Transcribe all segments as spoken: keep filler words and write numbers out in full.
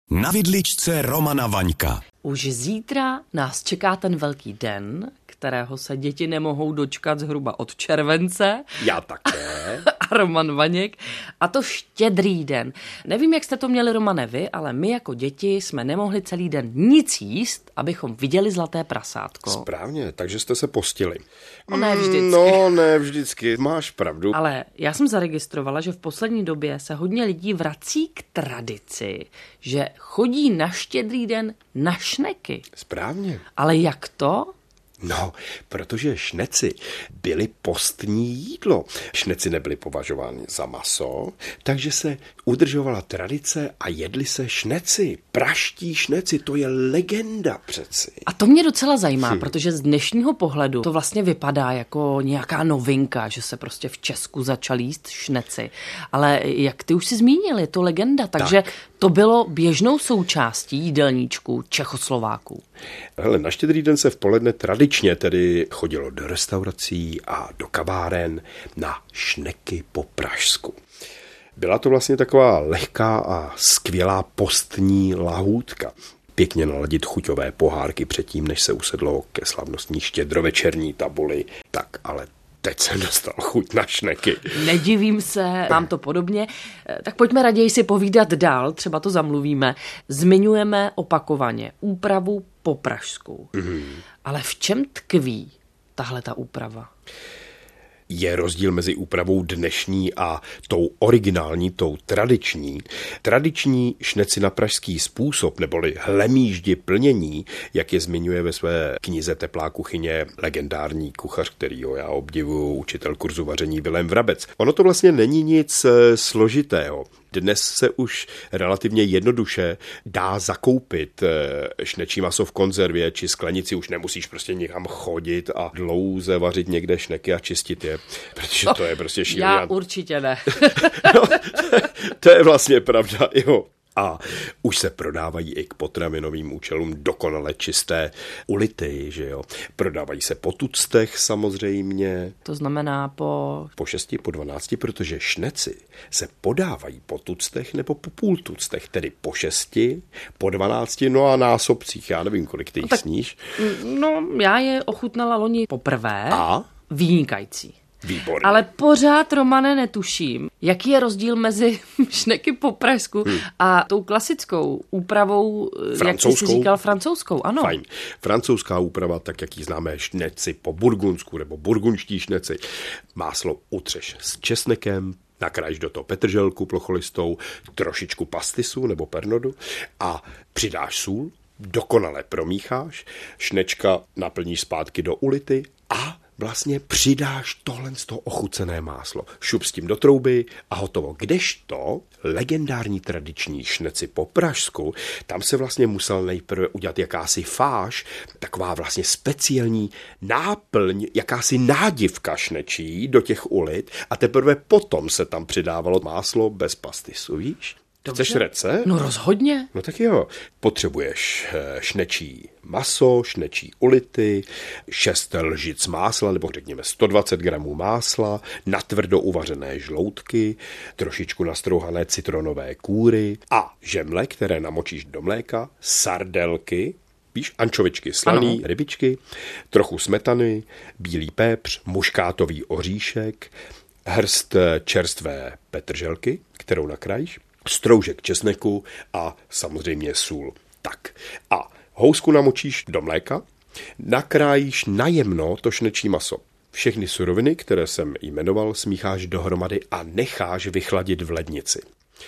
Na vidličce Romana Vaňka. Už zítra nás čeká ten velký den, kterého se děti nemohou dočkat zhruba od července. Já také. A Roman Vaněk. A to Štědrý den. Nevím, jak jste to měli, Romane, vy, ale my jako děti jsme nemohli celý den nic jíst, abychom viděli zlaté prasátko. Správně, takže jste se postili. No ne vždycky. No ne vždycky, máš pravdu. Ale já jsem zaregistrovala, že v poslední době se hodně lidí vrací k tradici, že chodí na Štědrý den na šneky. Správně. Ale jak to? No, protože šneci byly postní jídlo. Šneci nebyly považovány za maso, takže se udržovala tradice a jedli se šneci. Praští šneci, to je legenda přeci. A to mě docela zajímá, Hm. protože z dnešního pohledu to vlastně vypadá jako nějaká novinka, že se prostě v Česku začal jíst šneci. Ale jak ty už si zmínil, je to legenda, takže Tak. to bylo běžnou součástí jídelníčků Čechoslováků. Hele, na Štědrý den se v poledne tradičně tedy chodilo do restaurací a do kaváren na šneky po pražsku. Byla to vlastně taková lehká a skvělá postní lahůdka. Pěkně naladit chuťové pohárky předtím, než se usedlo ke slavnostní štědrovečerní tabuli. Tak ale teď jsem dostal chuť na šneky. Nedivím se, mám to podobně. Tak pojďme raději si povídat dál, třeba to zamluvíme. Zmiňujeme opakovaně úpravu po pražsku. Mm. Ale v čem tkví tahle ta úprava? Je rozdíl mezi úpravou dnešní a tou originální, tou tradiční. Tradiční šneci na pražský způsob, neboli hlemýždi plnění, jak je zmiňuje ve své knize Teplá kuchyně legendární kuchař, kterýho já obdivuju, učitel kurzu vaření Vilém Vrabec. Ono to vlastně není nic e, složitého. Dnes se už relativně jednoduše dá zakoupit šnečí maso v konzervě či sklenici, už nemusíš prostě někam chodit a dlouze vařit někde šneky a čistit je, protože to je prostě šílené. Já určitě ne. No, to je vlastně pravda, jo. A už se prodávají i k potravinovým účelům dokonale čisté ulity, že jo. Prodávají se po tuctech samozřejmě. To znamená po... Po šesti, po dvanácti, protože šneci se podávají po tuctech nebo po půl tuctech, tedy po šesti, po dvanácti, no a násobcích. Já nevím, kolik ty jich tak, sníš. No, já je ochutnala loni poprvé. A? Vynikající. Výborně. Ale pořád, Romane, netuším, jaký je rozdíl mezi šneky po pražsku hmm. a tou klasickou úpravou, jak jsi si říkal, francouzskou. Ano. Fajn. Francouzská úprava, tak jak ji známe, šneci po burgundsku nebo burgundští šneci. Máslo utřeš s česnekem, nakrájíš do toho petrželku plocholistou, trošičku pastisu nebo pernodu a přidáš sůl, dokonale promícháš, šnečka naplníš zpátky do ulity a vlastně přidáš tohle z toho ochucené máslo. Šup s tím do trouby a hotovo. Kdežto legendární tradiční šneci po pražsku, tam se vlastně musel nejprve udělat jakási fáš, taková vlastně speciální náplň, jakási nádivka šnečí do těch ulit a teprve potom se tam přidávalo máslo bez pastisu, víš? Dobře. Chceš recept? No rozhodně. No tak jo. Potřebuješ šnečí maso, šnečí ulity, šest lžic másla, nebo řekněme sto dvacet gramů másla, natvrdo uvařené žloutky, trošičku nastrouhané citronové kůry a žemle, které namočíš do mléka, sardelky, víš, ančovičky slaný, ano. rybičky, trochu smetany, bílý pepř, muškátový oříšek, hrst čerstvé petrželky, kterou nakrájíš, stroužek česneku a samozřejmě sůl. Tak a housku namočíš do mléka, nakrájíš najemno to šnečí maso. Všechny suroviny, které jsem jmenoval, smícháš dohromady a necháš vychladit v lednici.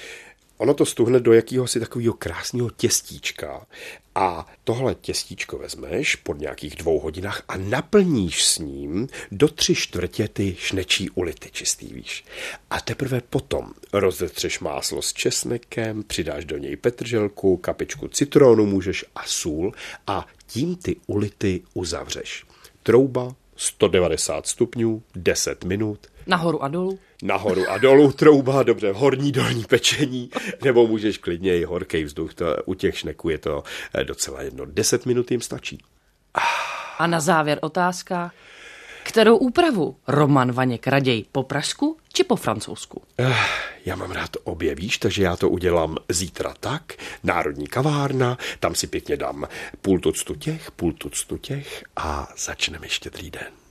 Ono to stuhne do jakéhosi takového krásného těstíčka a tohle těstíčko vezmeš po nějakých dvou hodinách a naplníš s ním do tři čtvrtě ty šnečí ulity čistý, víš. A teprve potom rozetřeš máslo s česnekem, přidáš do něj petrželku, kapičku citronu můžeš a sůl a tím ty ulity uzavřeš. Trouba, sto devadesát stupňů, deset minut. Nahoru a dolů. Nahoru a dolů trouba, dobře, horní dolní pečení, nebo můžeš klidně i horký vzduch, to, u těch šneků je to docela jedno. deset minut jim stačí. A na závěr otázka, Kterou úpravu? Roman Vaněk raději po pražsku či po francouzsku? Uh, já mám rád obě, víš, takže já to udělám zítra tak. Národní kavárna, tam si pěkně dám půl tuctu těch, půl tuctu těch a začneme Štědrý den.